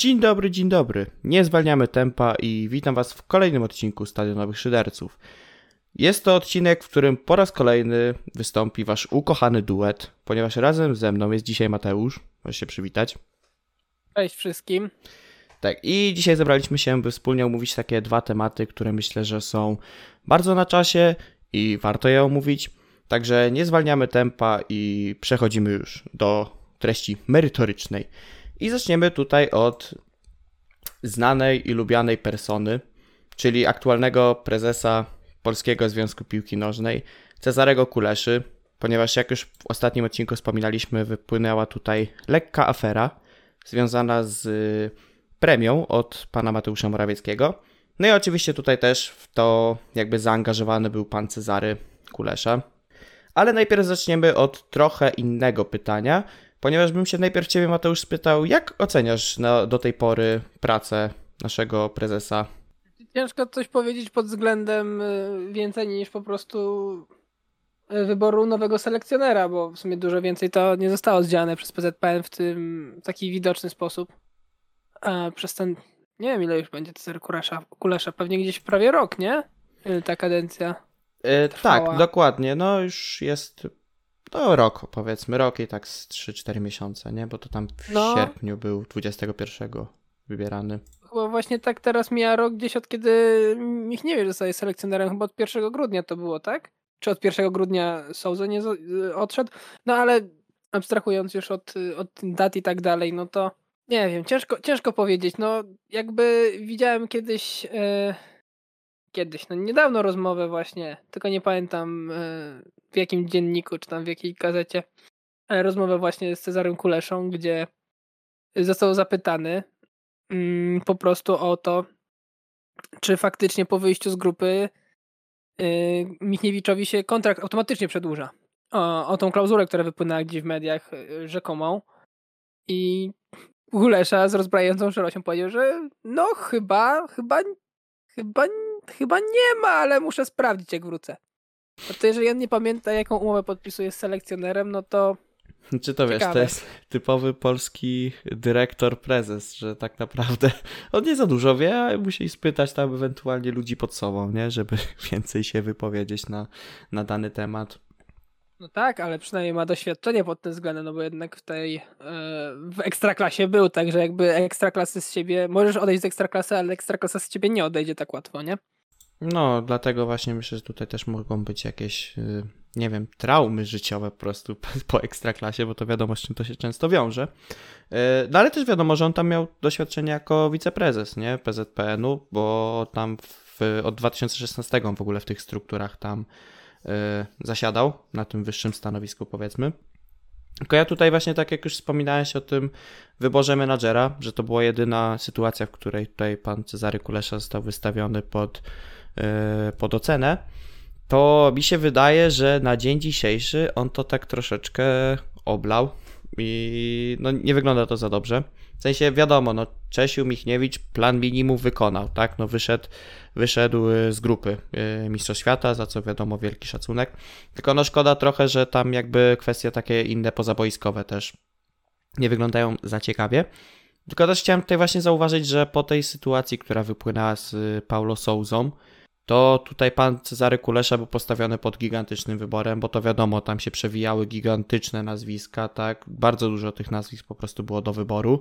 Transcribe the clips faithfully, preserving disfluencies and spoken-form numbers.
Dzień dobry, dzień dobry. Nie zwalniamy tempa i witam Was w kolejnym odcinku Stadionowych Szyderców. Jest to odcinek, w którym po raz kolejny wystąpi Wasz ukochany duet, ponieważ razem ze mną jest dzisiaj Mateusz. Możesz się przywitać. Cześć wszystkim. Tak, i dzisiaj zebraliśmy się, by wspólnie omówić takie dwa tematy, które myślę, że są bardzo na czasie i warto je omówić. Także nie zwalniamy tempa i przechodzimy już do treści merytorycznej. I zaczniemy tutaj od znanej i lubianej persony, czyli aktualnego prezesa Polskiego Związku Piłki Nożnej, Cezarego Kuleszy, ponieważ jak już w ostatnim odcinku wspominaliśmy, wypłynęła tutaj lekka afera związana z premią od pana Mateusza Morawieckiego. No i oczywiście tutaj też w to jakby zaangażowany był pan Cezary Kulesza. Ale najpierw zaczniemy od trochę innego pytania, ponieważ bym się najpierw ciebie, Mateusz, spytał, jak oceniasz na, do tej pory pracę naszego prezesa? Ciężko coś powiedzieć pod względem więcej niż po prostu wyboru nowego selekcjonera, bo w sumie dużo więcej to nie zostało zdziałane przez P Z P N w tym taki widoczny sposób. A przez ten, nie wiem ile już będzie Cezary Kulesza, Kulesza, pewnie gdzieś prawie rok, nie? Ta kadencja Yy, trwała. Tak, dokładnie, no już jest no rok, powiedzmy, rok i tak z trzy cztery miesiące, nie? Bo to tam w No. sierpniu był dwudziestego pierwszego wybierany. Chyba właśnie tak teraz mija rok gdzieś od kiedy Michniewicz zostaje selekcjonerem, chyba od pierwszego grudnia to było, tak? Czy od pierwszego grudnia Souza nie z- odszedł? No ale abstrahując już od, od dat i tak dalej, no to nie wiem, ciężko, ciężko powiedzieć. No jakby widziałem kiedyś, e, kiedyś, no niedawno rozmowę właśnie, tylko nie pamiętam e, w jakim dzienniku, czy tam w jakiej gazecie, ale rozmowę właśnie z Cezarym Kuleszą, gdzie został zapytany mm, po prostu o to, czy faktycznie po wyjściu z grupy yy, Michniewiczowi się kontrakt automatycznie przedłuża. O, o tą klauzulę, która wypłynęła gdzieś w mediach yy, rzekomą. I Kulesza z rozbrajającą szarością powiedział, że no chyba, chyba, chyba, chyba nie ma, ale muszę sprawdzić jak wrócę. No to jeżeli on nie pamięta jaką umowę podpisuje z selekcjonerem, no to Czy to wiesz, ciekawe. to jest typowy polski dyrektor, prezes, że tak naprawdę on nie za dużo wie, a musi spytać tam ewentualnie ludzi pod sobą, nie? Żeby więcej się wypowiedzieć na, na dany temat. No tak, ale przynajmniej ma doświadczenie pod tym względem, no bo jednak w tej e, w ekstraklasie był, także jakby ekstraklasy z siebie, możesz odejść z ekstraklasy, ale ekstraklasa z ciebie nie odejdzie tak łatwo, nie? No, dlatego właśnie myślę, że tutaj też mogą być jakieś, y, nie wiem, traumy życiowe po prostu po ekstraklasie, bo to wiadomo, z czym to się często wiąże. Y, No ale też wiadomo, że on tam miał doświadczenie jako wiceprezes, nie, P Z P N u, bo tam w, od dwa tysiące szesnastego w ogóle w tych strukturach tam y, zasiadał, na tym wyższym stanowisku, powiedzmy. Tylko ja tutaj właśnie, tak jak już wspominałeś o tym wyborze menadżera, że to była jedyna sytuacja, w której tutaj pan Cezary Kulesza został wystawiony pod, yy, pod ocenę, to mi się wydaje, że na dzień dzisiejszy on to tak troszeczkę oblał i no nie wygląda to za dobrze. W sensie wiadomo, no Czesiu Michniewicz plan minimum wykonał, tak, no wyszedł, wyszedł z grupy yy, Mistrzostw Świata, za co wiadomo wielki szacunek, tylko no szkoda trochę, że tam jakby kwestie takie inne pozaboiskowe też nie wyglądają za ciekawie. Tylko też chciałem tutaj właśnie zauważyć, że po tej sytuacji, która wypłynęła z Paulo Souzą, to tutaj pan Cezary Kulesza był postawiony pod gigantycznym wyborem, bo to wiadomo, tam się przewijały gigantyczne nazwiska, tak, bardzo dużo tych nazwisk po prostu było do wyboru.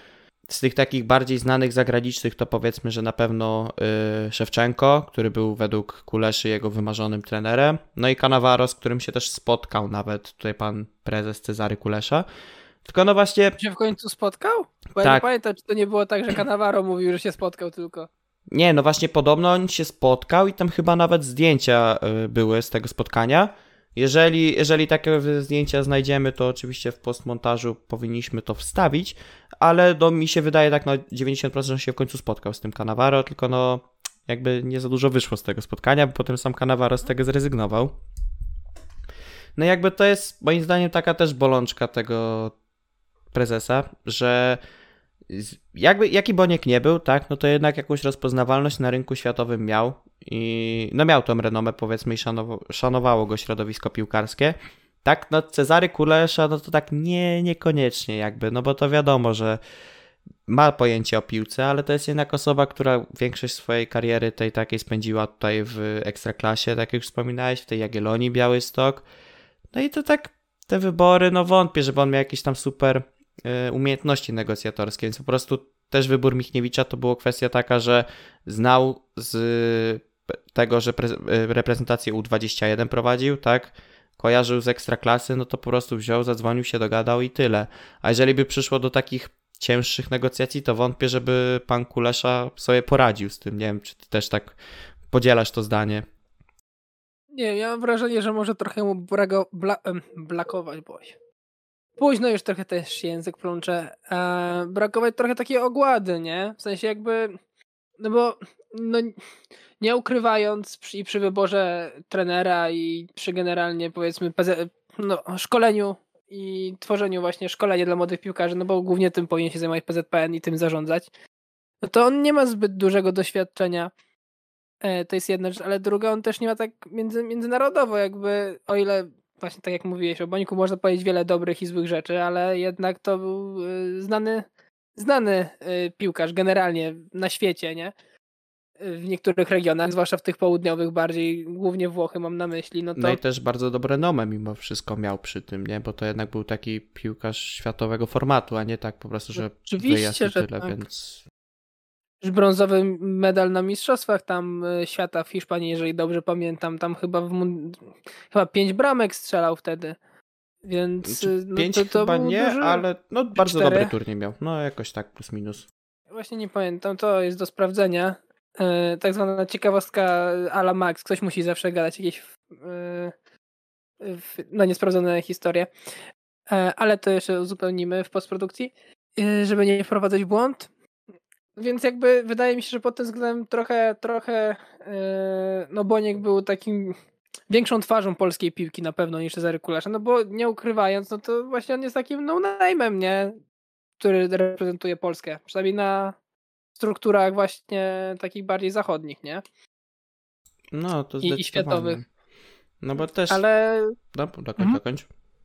Z tych takich bardziej znanych zagranicznych to powiedzmy, że na pewno yy, Szewczenko, który był według Kuleszy jego wymarzonym trenerem, no i Cannavaro, z którym się też spotkał nawet tutaj pan prezes Cezary Kulesza. Tylko no właśnie... Się w końcu spotkał? Bo ja Tak. nie pamiętam, czy to nie było tak, że Cannavaro mówił, że się spotkał tylko. Nie, no właśnie podobno on się spotkał i tam chyba nawet zdjęcia y, były z tego spotkania. Jeżeli, jeżeli takie zdjęcia znajdziemy, to oczywiście w postmontażu powinniśmy to wstawić, ale no, mi się wydaje tak na dziewięćdziesiąt procent, że się w końcu spotkał z tym Cannavaro, tylko no jakby nie za dużo wyszło z tego spotkania, bo potem sam Cannavaro z tego zrezygnował. No jakby to jest moim zdaniem taka też bolączka tego prezesa, że jakby jaki Boniek nie był, tak, no to jednak jakąś rozpoznawalność na rynku światowym miał i no miał tą renomę, powiedzmy, i szanowało, szanowało go środowisko piłkarskie. Tak, no Cezary Kulesza, no to tak nie, niekoniecznie jakby, no bo to wiadomo, że ma pojęcie o piłce, ale to jest jednak osoba, która większość swojej kariery tej takiej spędziła tutaj w Ekstraklasie, tak jak już wspominałeś, w tej Jagiellonii Białystok. No i to tak te wybory, no wątpię, żeby on miał jakieś tam super y, umiejętności negocjatorskie, więc po prostu też wybór Michniewicza to była kwestia taka, że znał z tego, że pre- reprezentację U dwadzieścia jeden prowadził, tak, kojarzył z Ekstraklasy, no to po prostu wziął, zadzwonił się, dogadał i tyle. A jeżeli by przyszło do takich cięższych negocjacji, to wątpię, żeby pan Kulesza sobie poradził z tym. Nie wiem, czy ty też tak podzielasz to zdanie. Nie, ja mam wrażenie, że może trochę mu brago, bla, em, blakować, boś. Późno już trochę też język plącze. E, brakować trochę takiej ogłady, nie? W sensie jakby, no bo no, nie ukrywając przy, i przy wyborze trenera i przy generalnie powiedzmy P Z, no, szkoleniu i tworzeniu właśnie szkolenia dla młodych piłkarzy, no bo głównie tym powinien się zajmować P Z P N i tym zarządzać, no to on nie ma zbyt dużego doświadczenia. E, to jest jedna rzecz, ale druga, on też nie ma tak między, międzynarodowo jakby, o ile właśnie tak jak mówiłeś o Bońku, można powiedzieć wiele dobrych i złych rzeczy, ale jednak to był y, znany, znany y, piłkarz generalnie na świecie, nie? W niektórych regionach, zwłaszcza w tych południowych bardziej, głównie Włochy mam na myśli, no to... No i też bardzo dobre nomę mimo wszystko miał przy tym, nie? Bo to jednak był taki piłkarz światowego formatu, a nie tak po prostu, że Oczywiście, wyjazd i że tyle, tak. więc... Brązowy medal na mistrzostwach tam y, świata w Hiszpanii, jeżeli dobrze pamiętam, tam chyba w mund... chyba pięć bramek strzelał wtedy, więc y, no Pięć to, to chyba był nie, duży... ale no bardzo cztery. dobry turniej miał. No jakoś tak plus minus. Właśnie nie pamiętam, to jest do sprawdzenia. Yy, tak zwana ciekawostka a la Max. Ktoś musi zawsze gadać jakieś yy, no niesprawdzone historie. Yy, ale to jeszcze uzupełnimy w postprodukcji, yy, żeby nie wprowadzać w błąd. Więc jakby wydaje mi się, że pod tym względem trochę, trochę yy, no Boniek był takim większą twarzą polskiej piłki na pewno niż Cezary Kulesza, no bo nie ukrywając, no to właśnie on jest takim no-name'em, nie? Który reprezentuje Polskę. Przynajmniej na strukturach właśnie takich bardziej zachodnich, nie? No, to I, zdecydowanie. i światowych. No bo też... Ale... No, dokończ, Mhm. dokończ.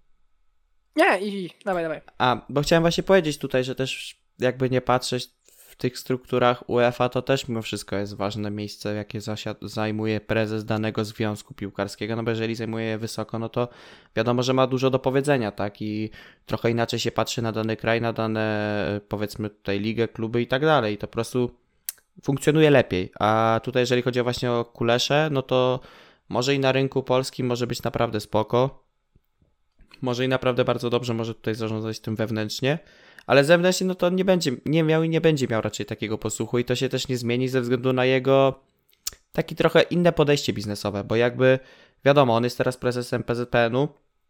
Nie, i dawaj, dawaj. A, bo chciałem właśnie powiedzieć tutaj, że też jakby nie patrzeć w tych strukturach UEFA, to też mimo wszystko jest ważne miejsce, jakie zasiad- zajmuje prezes danego związku piłkarskiego, no bo jeżeli zajmuje je wysoko, no to wiadomo, że ma dużo do powiedzenia, tak, i trochę inaczej się patrzy na dany kraj, na dane, powiedzmy tutaj ligę, kluby i tak dalej, i to po prostu funkcjonuje lepiej, a tutaj jeżeli chodzi właśnie o Kuleszę, no to może i na rynku polskim może być naprawdę spoko, może i naprawdę bardzo dobrze może tutaj zarządzać tym wewnętrznie, ale zewnętrznie no to nie będzie, nie miał i nie będzie miał raczej takiego posłuchu i to się też nie zmieni ze względu na jego taki trochę inne podejście biznesowe, bo jakby wiadomo, on jest teraz prezesem P Z P N-u,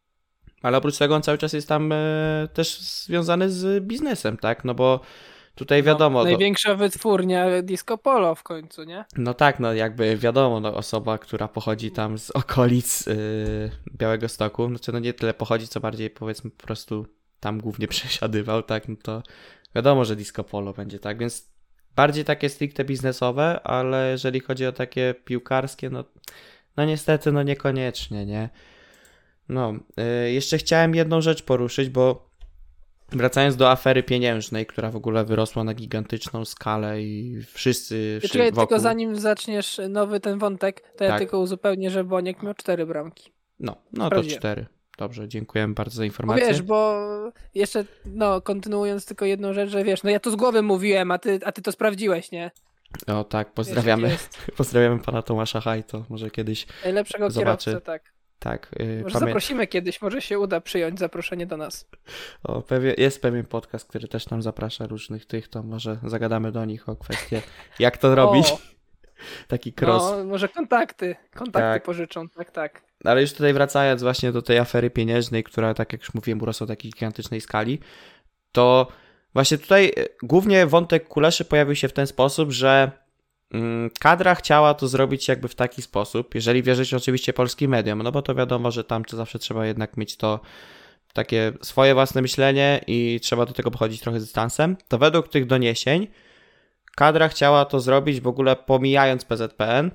ale oprócz tego on cały czas jest tam e, też związany z biznesem, tak, no bo tutaj wiadomo... No, największa to... wytwórnia Disco Polo w końcu, nie? No tak, no jakby wiadomo, no osoba, która pochodzi tam z okolic yy, Białegostoku, znaczy no nie tyle pochodzi, co bardziej powiedzmy po prostu tam głównie przesiadywał, tak, no to wiadomo, że Disco Polo będzie, tak, więc bardziej takie stricte biznesowe, ale jeżeli chodzi o takie piłkarskie, no, no niestety, no niekoniecznie, nie? No, yy, jeszcze chciałem jedną rzecz poruszyć, bo wracając do afery pieniężnej, która w ogóle wyrosła na gigantyczną skalę i wszyscy... Czekaj, wokół... tylko zanim zaczniesz nowy ten wątek, to ja tak. tylko uzupełnię, że Boniek miał cztery bramki. No, no to cztery. Dobrze, dziękuję bardzo za informację. Bo wiesz, bo jeszcze, no, kontynuując tylko jedną rzecz, że wiesz, no ja to z głowy mówiłem, a ty, a ty to sprawdziłeś, nie? O tak, pozdrawiamy. Wiesz, pozdrawiamy pana Tomasza Hajto, może kiedyś najlepszego zobaczy. kierowcę, tak. Tak. Yy, może pamię... zaprosimy kiedyś, może się uda przyjąć zaproszenie do nas. O, pewnie, jest pewien podcast, który też tam zaprasza różnych tych, to może zagadamy do nich o kwestię, jak to robić. O. Taki cross. No, może kontakty, kontakty tak. pożyczą, tak, tak. Ale już tutaj wracając właśnie do tej afery pieniężnej, która, tak jak już mówiłem, urosła do takiej gigantycznej skali, to właśnie tutaj głównie wątek Kuleszy pojawił się w ten sposób, że kadra chciała to zrobić jakby w taki sposób, jeżeli wierzyć oczywiście polskim mediom, no bo to wiadomo, że tam to zawsze trzeba jednak mieć to takie swoje własne myślenie i trzeba do tego podchodzić trochę z dystansem, to według tych doniesień kadra chciała to zrobić w ogóle pomijając P Z P N,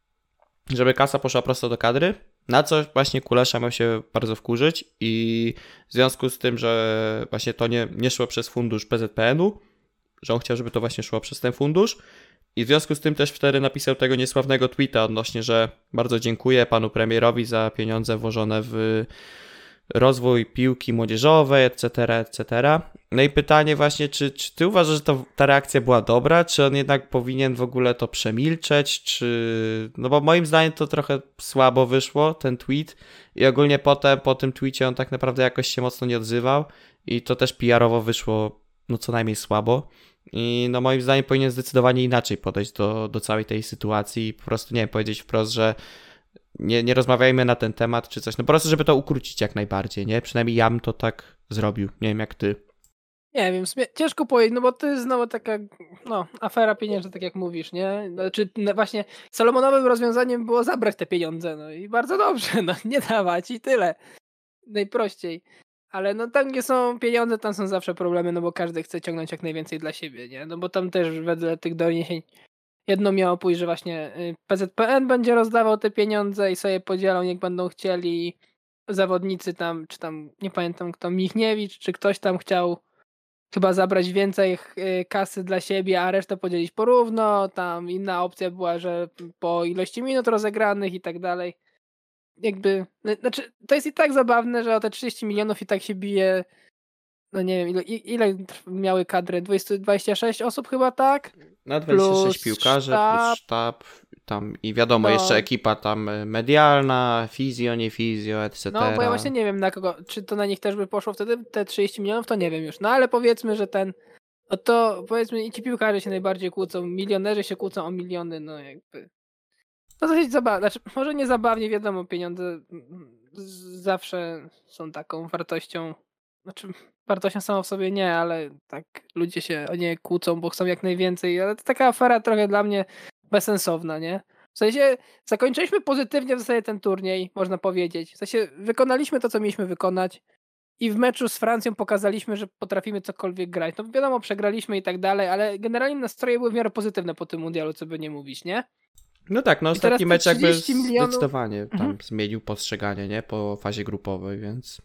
żeby kasa poszła prosto do kadry, na co właśnie Kulesza miał się bardzo wkurzyć i w związku z tym, że właśnie to nie, nie szło przez fundusz P Z P N-u, że on chciał, żeby to właśnie szło przez ten fundusz. I w związku z tym też wtedy napisał tego niesławnego tweeta odnośnie, że bardzo dziękuję panu premierowi za pieniądze włożone w rozwój piłki młodzieżowej, et cetera, et cetera. No i pytanie właśnie, czy, czy ty uważasz, że to, ta reakcja była dobra, czy on jednak powinien w ogóle to przemilczeć, czy... No bo moim zdaniem to trochę słabo wyszło, ten tweet i ogólnie potem, po tym tweetie on tak naprawdę jakoś się mocno nie odzywał i to też P R owo wyszło no co najmniej słabo. I no moim zdaniem powinien zdecydowanie inaczej podejść do, do całej tej sytuacji i po prostu, nie wiem, powiedzieć wprost, że nie, nie rozmawiajmy na ten temat czy coś, no po prostu, żeby to ukrócić jak najbardziej, nie? Przynajmniej ja bym to tak zrobił, nie wiem jak ty. Nie wiem, w sumie ciężko powiedzieć, no bo to jest znowu taka, no, afera pieniężna, tak jak mówisz, nie? Znaczy, no właśnie Salomonowym rozwiązaniem było zabrać te pieniądze, no i bardzo dobrze, no, nie dawać i tyle. Najprościej. Ale no tam, gdzie są pieniądze, tam są zawsze problemy, no bo każdy chce ciągnąć jak najwięcej dla siebie, nie? No bo tam też wedle tych doniesień jedno miało pójść, że właśnie y, P Z P N będzie rozdawał te pieniądze i sobie podzielą, jak będą chcieli zawodnicy tam, czy tam, nie pamiętam kto, Michniewicz, czy ktoś tam chciał chyba zabrać więcej y, kasy dla siebie, a resztę podzielić porówno. Tam inna opcja była, że po ilości minut rozegranych i tak dalej. Jakby, no, znaczy, to jest i tak zabawne, że o te trzydzieści milionów i tak się bije, no nie wiem, ile, ile miały kadrę? dwieście, dwadzieścia sześć osób chyba, tak? No dwadzieścia sześć Plus piłkarzy, sztab. plus sztab, tam i wiadomo, No. jeszcze ekipa tam medialna, fizjo, nie fizjo, et cetera. No, bo ja właśnie nie wiem na kogo, czy to na nich też by poszło wtedy te trzydzieści milionów, to nie wiem już. No ale powiedzmy, że ten, no to powiedzmy i ci piłkarze się najbardziej kłócą, milionerzy się kłócą o miliony, no jakby. No dosyć zabawne, znaczy może nie zabawnie, wiadomo, pieniądze mm, z- zawsze są taką wartością, znaczy wartością samą w sobie nie, ale tak ludzie się o nie kłócą, bo chcą jak najwięcej, ale to taka afera trochę dla mnie bezsensowna, nie? W sensie zakończyliśmy pozytywnie w zasadzie ten turniej, można powiedzieć. W sensie wykonaliśmy to, co mieliśmy wykonać i w meczu z Francją pokazaliśmy, że potrafimy cokolwiek grać. No wiadomo, przegraliśmy i tak dalej, ale generalnie nastroje były w miarę pozytywne po tym mundialu, co by nie mówić, nie? No tak, no I teraz ostatni te mecz jakby trzydzieści milionów zdecydowanie tam Mhm. zmienił postrzeganie, nie? Po fazie grupowej, więc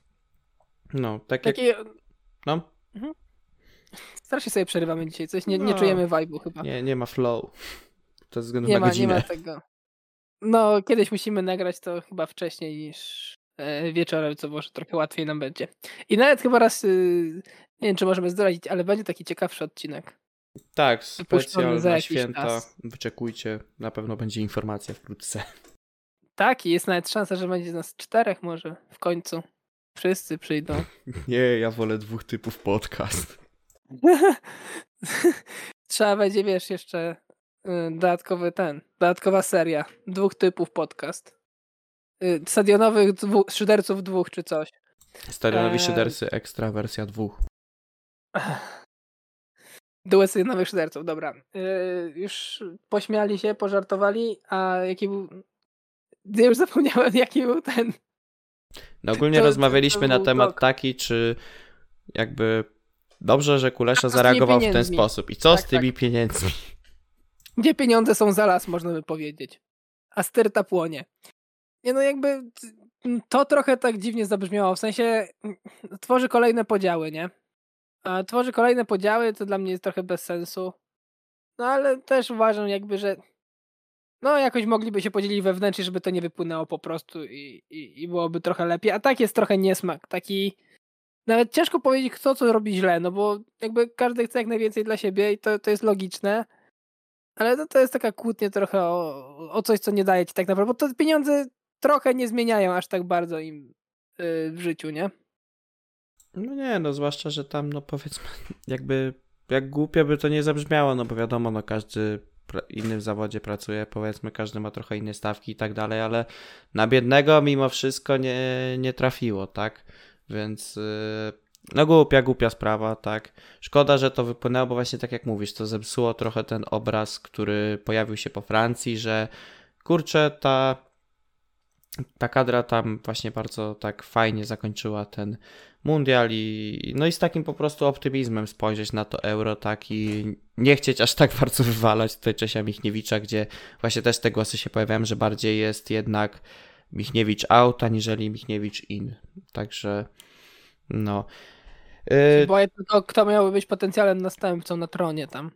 no, tak jak, Takie... no, Mhm. Strasznie sobie przerywamy dzisiaj, coś nie, nie No. czujemy vibe'u chyba. nie, nie ma flow. To ze względu Nie na ma, nie godzinę. ma tego. No, kiedyś musimy nagrać to chyba wcześniej niż e, wieczorem, co może trochę łatwiej nam będzie. I nawet chyba raz, y, nie wiem czy możemy zdradzić, ale będzie taki ciekawszy odcinek. Tak, Wypuszczony specjal za na jakiś święta, czas. wyczekujcie, na pewno będzie informacja wkrótce. Tak, i jest nawet szansa, że będzie nas czterech może w końcu. Wszyscy przyjdą. Nie, ja wolę dwóch typów podcast. Trzeba będzie, wiesz, jeszcze y, dodatkowy ten, dodatkowa seria. Dwóch typów podcast. Y, stadionowych dwu, szyderców dwóch czy coś. Stadionowi Eee. szydersy ekstra wersja dwóch. Duet stadionowych szyderców, dobra. Y, już pośmiali się, pożartowali, a jaki był... Ja już zapomniałem, jaki był ten... No ogólnie To- to- rozmawialiśmy to na był temat blok. taki, czy jakby dobrze, że Kulesza A co z tymi zareagował w ten pieniędzmi? sposób. I co Tak, z tymi pieniędzmi? Gdzie pieniądze są za las, można by powiedzieć. A styrta płonie. Nie no jakby t- to trochę tak dziwnie zabrzmiało, w sensie mm, tworzy kolejne podziały, nie? A tworzy kolejne podziały, to dla mnie jest trochę bez sensu. No ale też uważam jakby, że no jakoś mogliby się podzielić wewnętrznie, żeby to nie wypłynęło po prostu i, i, i byłoby trochę lepiej. A tak jest trochę niesmak, taki... Nawet ciężko powiedzieć, kto co robi źle, no bo jakby każdy chce jak najwięcej dla siebie i to, to jest logiczne. Ale no to jest taka kłótnia trochę o, o coś, co nie daje ci tak naprawdę, bo to pieniądze trochę nie zmieniają aż tak bardzo im yy, w życiu, nie? No nie, no zwłaszcza, że tam no powiedzmy jakby jak głupio by to nie zabrzmiało, no bo wiadomo, no każdy pra- inny w zawodzie pracuje, powiedzmy każdy ma trochę inne stawki i tak dalej, ale na biednego mimo wszystko nie, nie trafiło, tak? Więc yy, no głupia, głupia sprawa, tak? Szkoda, że to wypłynęło, bo właśnie tak jak mówisz, to zepsuło trochę ten obraz, który pojawił się po Francji, że kurczę, ta ta kadra tam właśnie bardzo tak fajnie zakończyła ten mundial i no i z takim po prostu optymizmem spojrzeć na to euro, tak, i nie chcieć aż tak bardzo wywalać tutaj Czesia Michniewicza, gdzie właśnie też te głosy się pojawiają, że bardziej jest jednak Michniewicz out, aniżeli Michniewicz in. Także no. Yy, Boję tylko, kto miałby być potencjalnym następcą na tronie tam.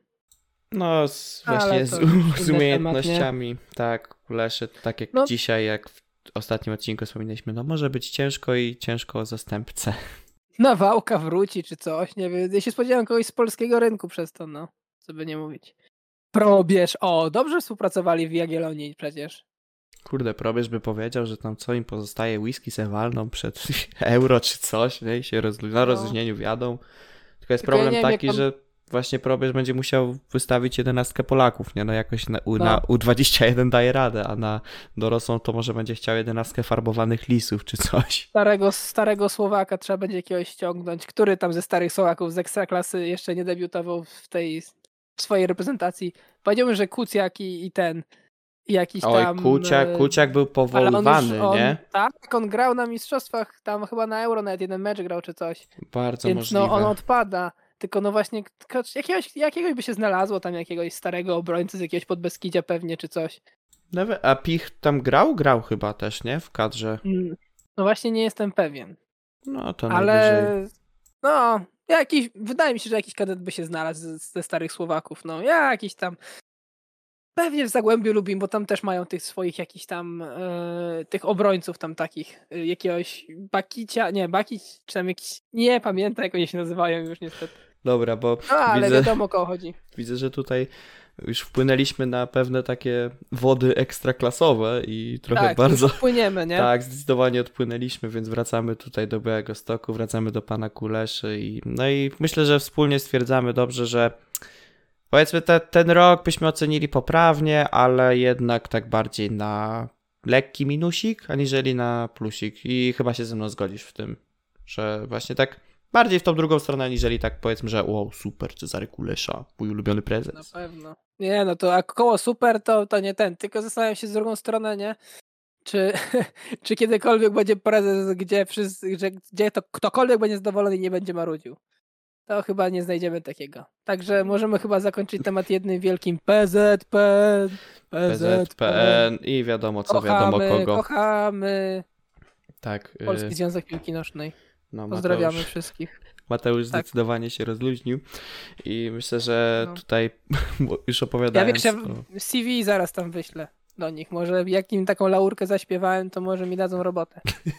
no, z, Ale właśnie to z, już z inny umiejętnościami, tak, Kuleszy, tak jak No. dzisiaj, jak w ostatnim odcinku wspominaliśmy, no może być ciężko i ciężko o zastępcę. Nawałka wróci czy coś, nie wiem. Ja się spodziewałem kogoś z polskiego rynku przez to, no. Co by nie mówić. Probierz, o, dobrze współpracowali w Jagiellonii przecież. Kurde, probierz by powiedział, że tam co im pozostaje, whisky se walną przed euro czy coś, nie? I się rozlu- na No. rozluźnieniu wjadą. Tylko jest Tylko ja problem nie wiem, jak taki, tam- że właśnie probierz będzie musiał wystawić jedenastkę Polaków, nie? No jakoś na, U, No. na U dwadzieścia jeden daje radę, a na dorosłą to może będzie chciał jedenastkę farbowanych lisów czy coś. Starego, starego Słowaka trzeba będzie jakiegoś ściągnąć. Który tam ze starych Słowaków z Ekstraklasy jeszcze nie debiutował w tej w swojej reprezentacji? Powiedziałbym, że Kucjak i, i ten i jakiś Oj, tam... Kuciak, e, Kuciak był ale on już, powoływany, on, nie? Tak, on grał na mistrzostwach, tam chyba na Euro nawet jeden mecz grał czy coś. Bardzo Więc możliwe. no on odpada. Tylko no właśnie k- jakiegoś, jakiegoś by się znalazło tam jakiegoś starego obrońcy z jakiegoś Podbeskidzia pewnie czy coś. Nawet, a Pich tam grał? Grał chyba też, nie? W kadrze. Mm, No właśnie nie jestem pewien. No to Ale najwyżej. no, jakiś, wydaje mi się, że jakiś kadet by się znalazł ze, ze starych Słowaków. No, jakiś tam. Pewnie w Zagłębiu Lubin, bo tam też mają tych swoich jakichś tam e, tych obrońców tam takich. E, jakiegoś Bakicia, nie, Bakić, czy tam jakiś. Nie pamiętam, jak oni się nazywają już niestety. Dobra, bo No ale widzę, wiadomo o kogo chodzi. widzę, że tutaj już wpłynęliśmy na pewne takie wody ekstraklasowe i trochę Tak, bardzo... już płyniemy, nie? Tak, zdecydowanie odpłynęliśmy, więc wracamy tutaj do Białegostoku, wracamy do pana Kuleszy i no i myślę, że wspólnie stwierdzamy dobrze, że powiedzmy te, ten rok byśmy ocenili poprawnie, ale jednak tak bardziej na lekki minusik, aniżeli na plusik i chyba się ze mną zgodzisz w tym, że właśnie tak bardziej w tą drugą stronę, aniżeli tak powiedzmy, że wow, super, Cezary Kulesza, mój ulubiony Na prezes. pewno. Nie, no to a koło super to, to nie ten, tylko zastanawiam się z drugą stronę, nie? Czy, czy kiedykolwiek będzie prezes, gdzie, wszyscy, że, gdzie to ktokolwiek będzie zadowolony i nie będzie marudził. To chyba nie znajdziemy takiego. Także możemy chyba zakończyć temat jednym wielkim P Z P N. P Z P N i wiadomo co, wiadomo Kochamy, kogo. kochamy Tak. Polski y, Związek Piłki Nożnej. no, Pozdrawiamy Mateusz, wszystkich. Mateusz Tak. zdecydowanie się rozluźnił i myślę, że No. tutaj już Ja opowiadając... wiesz, ja o- C V zaraz tam wyślę do nich. Może jak im taką laurkę zaśpiewałem, to może mi dadzą robotę.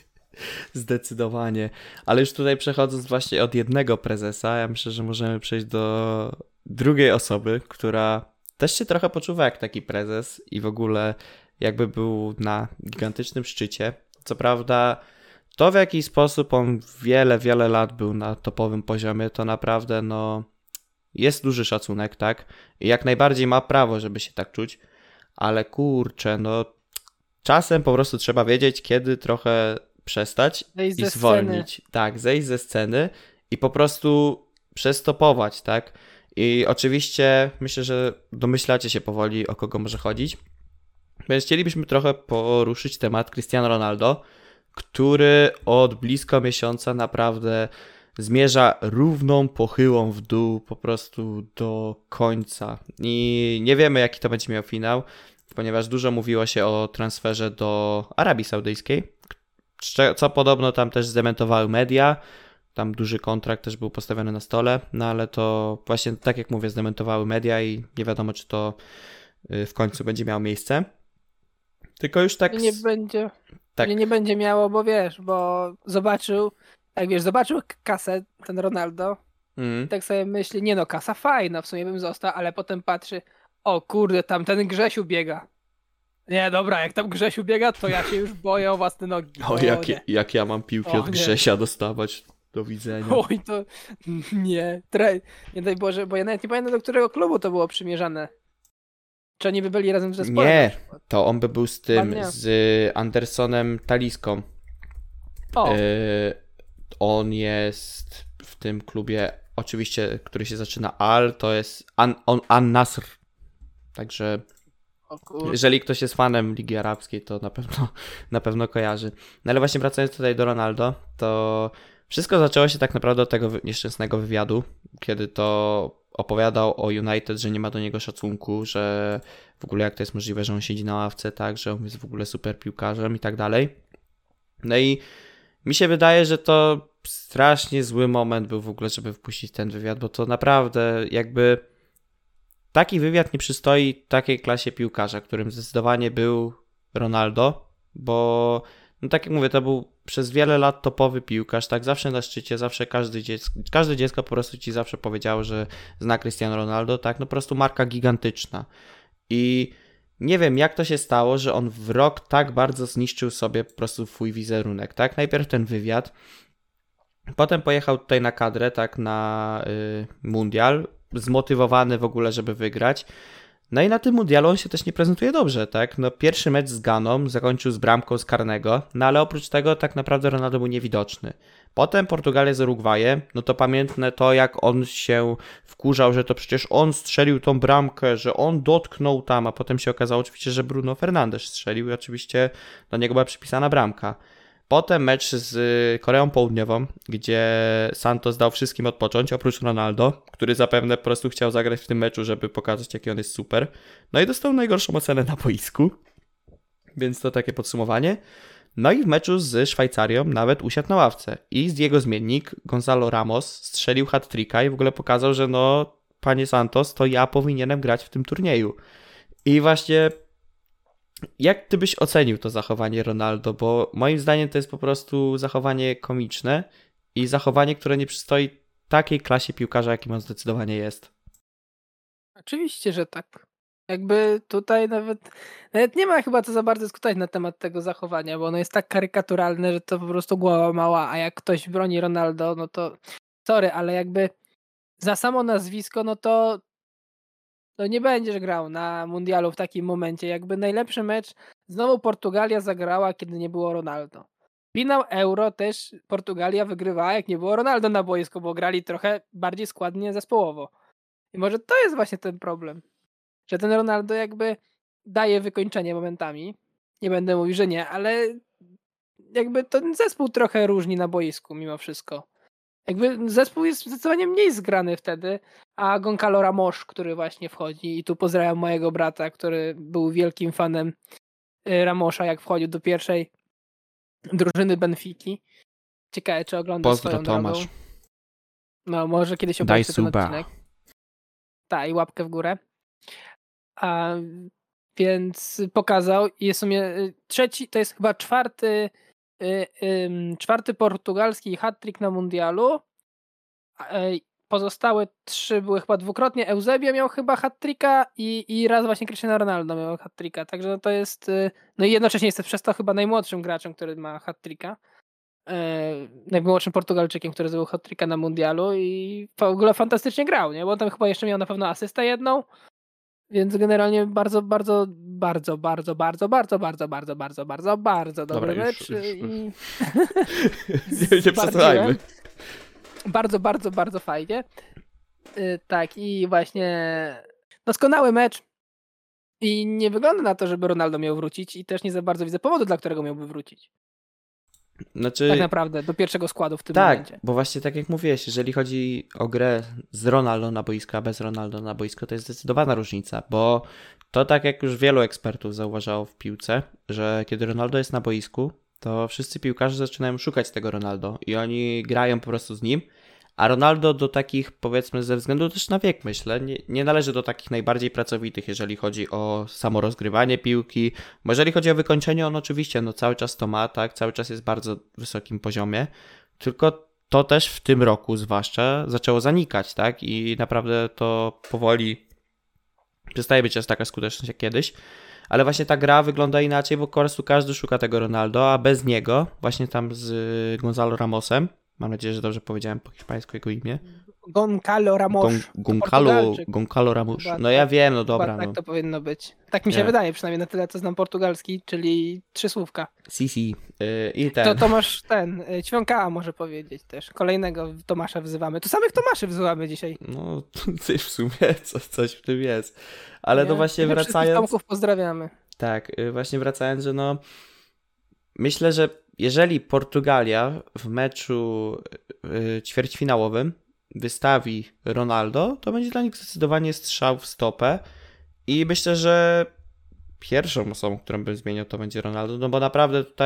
Zdecydowanie. Ale już tutaj przechodząc właśnie od jednego prezesa, ja myślę, że możemy przejść do drugiej osoby, która też się trochę poczuwa jak taki prezes i w ogóle jakby był na gigantycznym szczycie. Co prawda to, w jaki sposób on wiele, wiele lat był na topowym poziomie, to naprawdę no jest duży szacunek, tak? I jak najbardziej ma prawo, żeby się tak czuć, ale kurczę, no czasem po prostu trzeba wiedzieć, kiedy trochę przestać Zejść i ze zwolnić. Tak, zejść ze sceny i po prostu przestopować, tak? I oczywiście myślę, że domyślacie się powoli, o kogo może chodzić. Więc chcielibyśmy trochę poruszyć temat Cristiano Ronaldo, który od blisko miesiąca naprawdę zmierza równą pochyłą w dół po prostu do końca. I nie wiemy, jaki to będzie miał finał, ponieważ dużo mówiło się o transferze do Arabii Saudyjskiej, co podobno tam też zdementowały media. Tam duży kontrakt też był postawiony na stole, no ale to właśnie tak jak mówię, zdementowały media i nie wiadomo, czy to w końcu będzie miało miejsce. Tylko już tak... Nie będzie, tak. nie, nie będzie miało, bo wiesz, bo zobaczył, jak wiesz, zobaczył kasę ten Ronaldo, Mm. i tak sobie myśli, nie no, kasa fajna, w sumie bym został, ale potem patrzy, o kurde, tam ten Grzesiu biega. Nie, dobra, jak tam Grzesiu biega, to ja się już boję o własne nogi. O, O, jak, nie. jak ja mam piłki O, od nie. Grzesia dostawać. Do widzenia. Oj, to nie, tre... nie daj Boże, bo ja nawet nie pamiętam, do którego klubu to było przymierzane. Czy oni by byli razem w zespole? Nie, to on by był z tym, Pan nie. z Andersonem Taliską. O, Y, on jest w tym klubie, oczywiście, który się zaczyna Al, to jest An, on, An-Nasr. Także o kur... jeżeli ktoś jest fanem Ligi Arabskiej, to na pewno, na pewno kojarzy. No ale właśnie wracając tutaj do Ronaldo, to wszystko zaczęło się tak naprawdę od tego wy- nieszczęsnego wywiadu, kiedy to opowiadał o United, że nie ma do niego szacunku, że w ogóle jak to jest możliwe, że on siedzi na ławce, tak, że on jest w ogóle super piłkarzem i tak dalej. No i mi się wydaje, że to strasznie zły moment był w ogóle, żeby wpuścić ten wywiad, bo to naprawdę jakby taki wywiad nie przystoi takiej klasie piłkarza, którym zdecydowanie był Ronaldo, bo no tak jak mówię, to był przez wiele lat topowy piłkarz, tak zawsze na szczycie, zawsze każdy dziecko, każde dziecko po prostu ci zawsze powiedziało, że zna Cristiano Ronaldo, tak, no po prostu marka gigantyczna. I nie wiem, jak to się stało, że on w rok tak bardzo zniszczył sobie po prostu swój wizerunek, tak? Najpierw ten wywiad, potem pojechał tutaj na kadrę, tak, na y, mundial, zmotywowany w ogóle, żeby wygrać. No i na tym mundialu on się też nie prezentuje dobrze, tak? No pierwszy mecz z Ganą zakończył z bramką z karnego, no ale oprócz tego tak naprawdę Ronaldo był niewidoczny. Potem Portugalia z Urugwajem, no to pamiętne to, jak on się wkurzał, że to przecież on strzelił tą bramkę, że on dotknął tam, a potem się okazało oczywiście, że Bruno Fernandes strzelił i oczywiście do niego była przypisana bramka. Potem mecz z Koreą Południową, gdzie Santos dał wszystkim odpocząć, oprócz Ronaldo, który zapewne po prostu chciał zagrać w tym meczu, żeby pokazać, jaki on jest super. No i dostał najgorszą ocenę na boisku, więc to takie podsumowanie. No i w meczu z Szwajcarią nawet usiadł na ławce i jego zmiennik Gonzalo Ramos strzelił hat-tricka i w ogóle pokazał, że no, panie Santos, to ja powinienem grać w tym turnieju. I właśnie jak ty byś ocenił to zachowanie Ronaldo, bo moim zdaniem to jest po prostu zachowanie komiczne i zachowanie, które nie przystoi takiej klasie piłkarza, jakim on zdecydowanie jest. Oczywiście, że tak. Jakby tutaj nawet, nawet nie ma chyba co za bardzo dyskutować na temat tego zachowania, bo ono jest tak karykaturalne, że to po prostu głowa mała, a jak ktoś broni Ronaldo, no to sorry, ale jakby za samo nazwisko, no to to nie będziesz grał na mundialu w takim momencie. Jakby najlepszy mecz znowu Portugalia zagrała, kiedy nie było Ronaldo. Finał Euro też Portugalia wygrywała, jak nie było Ronaldo na boisku, bo grali trochę bardziej składnie zespołowo. I może to jest właśnie ten problem, że ten Ronaldo jakby daje wykończenie momentami. Nie będę mówił, że nie, ale jakby ten zespół trochę różni na boisku mimo wszystko. Jakby zespół jest zdecydowanie mniej zgrany wtedy, a Goncalo Ramos, który właśnie wchodzi, i tu pozdrawiam mojego brata, który był wielkim fanem Ramosa, jak wchodził do pierwszej drużyny Benfiki. Ciekawe, czy ogląda Pozdro, swoją Tomasz. drogą. No, może kiedyś Daj obejrzę ten suba. odcinek. Tak, i łapkę w górę. A, więc pokazał i jest w sumie trzeci, to jest chyba czwarty y, y, czwarty portugalski hat-trick na mundialu. Y, pozostałe trzy były chyba dwukrotnie. Eusebio miał chyba hat-tricka i, i raz właśnie Cristiano Ronaldo miał hat-tricka. Także no to jest, y, no i jednocześnie jest przez to chyba najmłodszym graczem, który ma hat-tricka. Y, najmłodszym Portugalczykiem, który zrobił hat-tricka na mundialu i w ogóle fantastycznie grał, nie? Bo on tam chyba jeszcze miał na pewno asystę jedną. Więc generalnie bardzo, bardzo, bardzo, bardzo, bardzo, bardzo, bardzo, bardzo, bardzo, bardzo, bardzo dobry Dobra, mecz. już, już. I... nie, nie przesadzajmy. Bardzo, bardzo, bardzo fajnie. Yy, tak, i właśnie doskonały mecz. I nie wygląda na to, żeby Ronaldo miał wrócić i też nie za bardzo widzę powodu, dla którego miałby wrócić. Znaczy, tak naprawdę, do pierwszego składu w tym tak, momencie. bo właśnie tak jak mówiłeś, jeżeli chodzi o grę z Ronaldo na boisko, a bez Ronaldo na boisko, to jest zdecydowana różnica, bo to tak jak już wielu ekspertów zauważało w piłce, że kiedy Ronaldo jest na boisku, to wszyscy piłkarze zaczynają szukać tego Ronaldo i oni grają po prostu z nim, a Ronaldo do takich, powiedzmy, ze względu też na wiek, myślę, nie, nie należy do takich najbardziej pracowitych, jeżeli chodzi o samo rozgrywanie piłki, bo jeżeli chodzi o wykończenie, on oczywiście no, cały czas to ma, tak, cały czas jest w bardzo wysokim poziomie, tylko to też w tym roku zwłaszcza zaczęło zanikać, tak, i naprawdę to powoli przestaje być aż taka skuteczność jak kiedyś, ale właśnie ta gra wygląda inaczej, bo po prostu każdy szuka tego Ronaldo, a bez niego, właśnie tam z Gonzalo Ramosem, mam nadzieję, że dobrze powiedziałem po hiszpańsku jego imię. Goncalo Ramos. Gon, Goncalo, Goncalo Ramos. Chyba No tak, ja wiem, no dobra. tak no. to powinno być. Tak mi się Nie. wydaje, przynajmniej na tyle, co znam portugalski, czyli trzy słówka. Si, si. Yy, I ten. To Tomasz ten, Ćwiąka może powiedzieć też. Kolejnego Tomasza wzywamy. Tu samych Tomaszy wzywamy dzisiaj. No, ty w sumie co, coś w tym jest. Ale Nie? no właśnie My wszystkich wracając... Tomków pozdrawiamy. Tak, yy, właśnie wracając, że no... Myślę, że jeżeli Portugalia w meczu yy, ćwierćfinałowym wystawi Ronaldo, to będzie dla nich zdecydowanie strzał w stopę i myślę, że pierwszą osobą, którą bym zmienił, to będzie Ronaldo, no bo naprawdę tutaj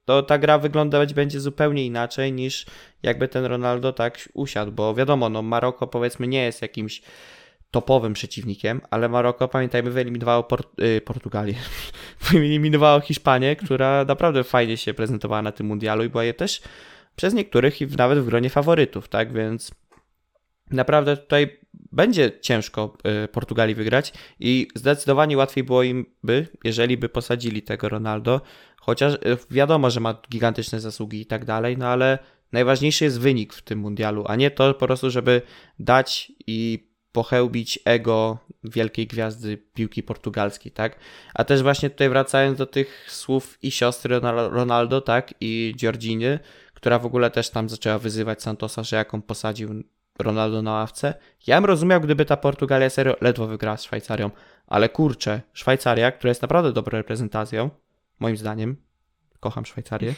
to ta gra wyglądać będzie zupełnie inaczej niż jakby ten Ronaldo tak usiadł, bo wiadomo, no Maroko powiedzmy nie jest jakimś topowym przeciwnikiem, ale Maroko, pamiętajmy, wyeliminowało Port- y, Portugalię, wyeliminowało Hiszpanię, która naprawdę fajnie się prezentowała na tym mundialu i była je też przez niektórych i nawet w gronie faworytów, tak, więc naprawdę tutaj będzie ciężko y, Portugalii wygrać i zdecydowanie łatwiej było im by, jeżeli by posadzili tego Ronaldo, chociaż y, wiadomo, że ma gigantyczne zasługi i tak dalej, no ale najważniejszy jest wynik w tym mundialu, a nie to po prostu, żeby dać i pochełbić ego wielkiej gwiazdy piłki portugalskiej, tak? A też właśnie tutaj wracając do tych słów i siostry Ronaldo, tak? I Georginy, która w ogóle też tam zaczęła wyzywać Santosa, że jaką posadził Ronaldo na ławce. Ja bym rozumiał, gdyby ta Portugalia serio ledwo wygrała z Szwajcarią, ale kurczę, Szwajcaria, która jest naprawdę dobrą reprezentacją, moim zdaniem, kocham Szwajcarię.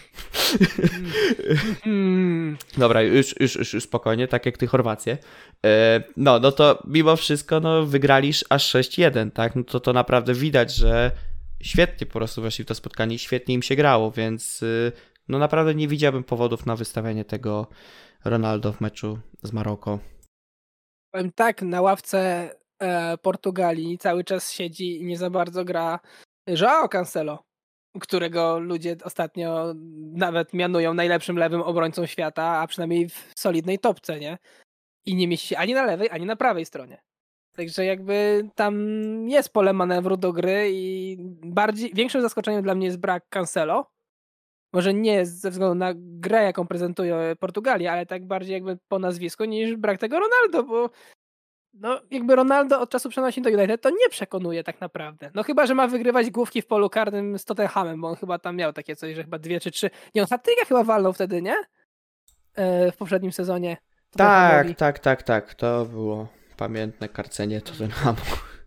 Dobra, już, już, już, już spokojnie, tak jak ty Chorwację. No, no to mimo wszystko no, wygrali aż sześć jeden, tak? No to to naprawdę widać, że świetnie po prostu weszli w to spotkanie i świetnie im się grało, więc no naprawdę nie widziałbym powodów na wystawianie tego Ronaldo w meczu z Maroko. Powiem tak, na ławce e, Portugalii cały czas siedzi i nie za bardzo gra João Cancelo, którego ludzie ostatnio nawet mianują najlepszym lewym obrońcą świata, a przynajmniej w solidnej topce, nie? I nie mieści się ani na lewej, ani na prawej stronie. Także jakby tam jest pole manewru do gry i bardziej większym zaskoczeniem dla mnie jest brak Cancelo. Może nie ze względu na grę, jaką prezentuje Portugalia, ale tak bardziej jakby po nazwisku niż brak tego Ronaldo, bo no jakby Ronaldo od czasu przenosi do United to nie przekonuje tak naprawdę. No chyba, że ma wygrywać główki w polu karnym z Tottenhamem, bo on chyba tam miał takie coś, że chyba dwie czy trzy. Nie, on hat-tricka chyba walnął wtedy, nie? E, w poprzednim sezonie. Tak, tak, tak, tak. To było pamiętne karcenie Tottenhamu.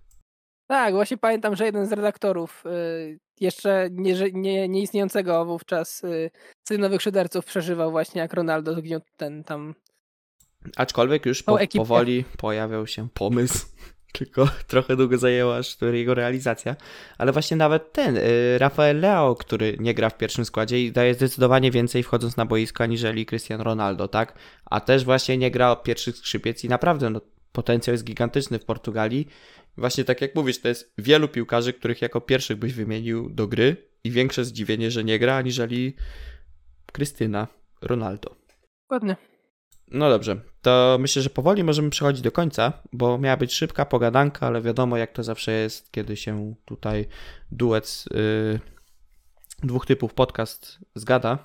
Tak, właśnie pamiętam, że jeden z redaktorów y, jeszcze nie, nie, nieistniejącego wówczas y, Nowych Szyderców przeżywał właśnie jak Ronaldo zgniótł ten tam. Aczkolwiek już po, powoli pojawiał się pomysł, tylko trochę długo zajęła aż jego realizacja, ale właśnie nawet ten y, Rafael Leao, który nie gra w pierwszym składzie i daje zdecydowanie więcej wchodząc na boisko aniżeli Cristiano Ronaldo, tak? A też właśnie nie gra od pierwszych skrzypiec i naprawdę no, potencjał jest gigantyczny w Portugalii. Właśnie tak jak mówisz, to jest wielu piłkarzy, których jako pierwszych byś wymienił do gry i większe zdziwienie, że nie gra, aniżeli Krystyna Ronaldo. Ładnie. No dobrze, to myślę, że powoli możemy przechodzić do końca, bo miała być szybka pogadanka, ale wiadomo jak to zawsze jest, kiedy się tutaj duet yy, dwóch typów podcast zgada,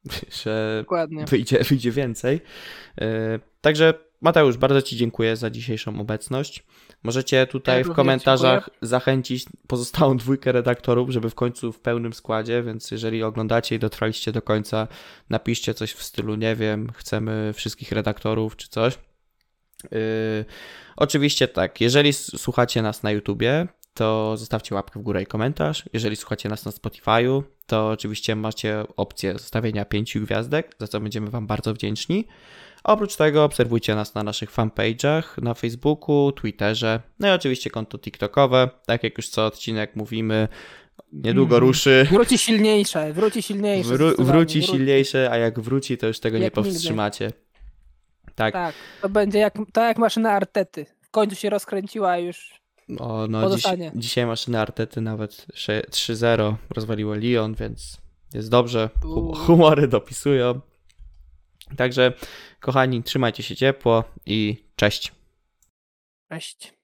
że wyjdzie, wyjdzie więcej. Yy, także Mateusz, bardzo Ci dziękuję za dzisiejszą obecność. Możecie tutaj ja w komentarzach dziękuję. Zachęcić pozostałą dwójkę redaktorów, żeby w końcu w pełnym składzie, więc jeżeli oglądacie i dotrwaliście do końca, napiszcie coś w stylu, nie wiem, chcemy wszystkich redaktorów czy coś. Yy, oczywiście tak, jeżeli słuchacie nas na YouTubie, to zostawcie łapkę w górę i komentarz. Jeżeli słuchacie nas na Spotify'u, to oczywiście macie opcję zostawienia pięciu gwiazdek, za co będziemy Wam bardzo wdzięczni. Oprócz tego obserwujcie nas na naszych fanpage'ach, na Facebooku, Twitterze, no i oczywiście konto TikTokowe. Tak jak już co odcinek mówimy, niedługo mm. ruszy. Wróci silniejsze, wróci silniejsze. Wró- wróci, wróci silniejsze, a jak wróci, to już tego jak nie powstrzymacie. Nigdy. Tak. Tak, to będzie jak, to jak maszyna Artety. W końcu się rozkręciła już. O, no dziś, dzisiaj maszyny Artety nawet trzy zero rozwaliło Lyon, więc jest dobrze. Hum- humory dopisują. Także, kochani, trzymajcie się ciepło i cześć. Cześć.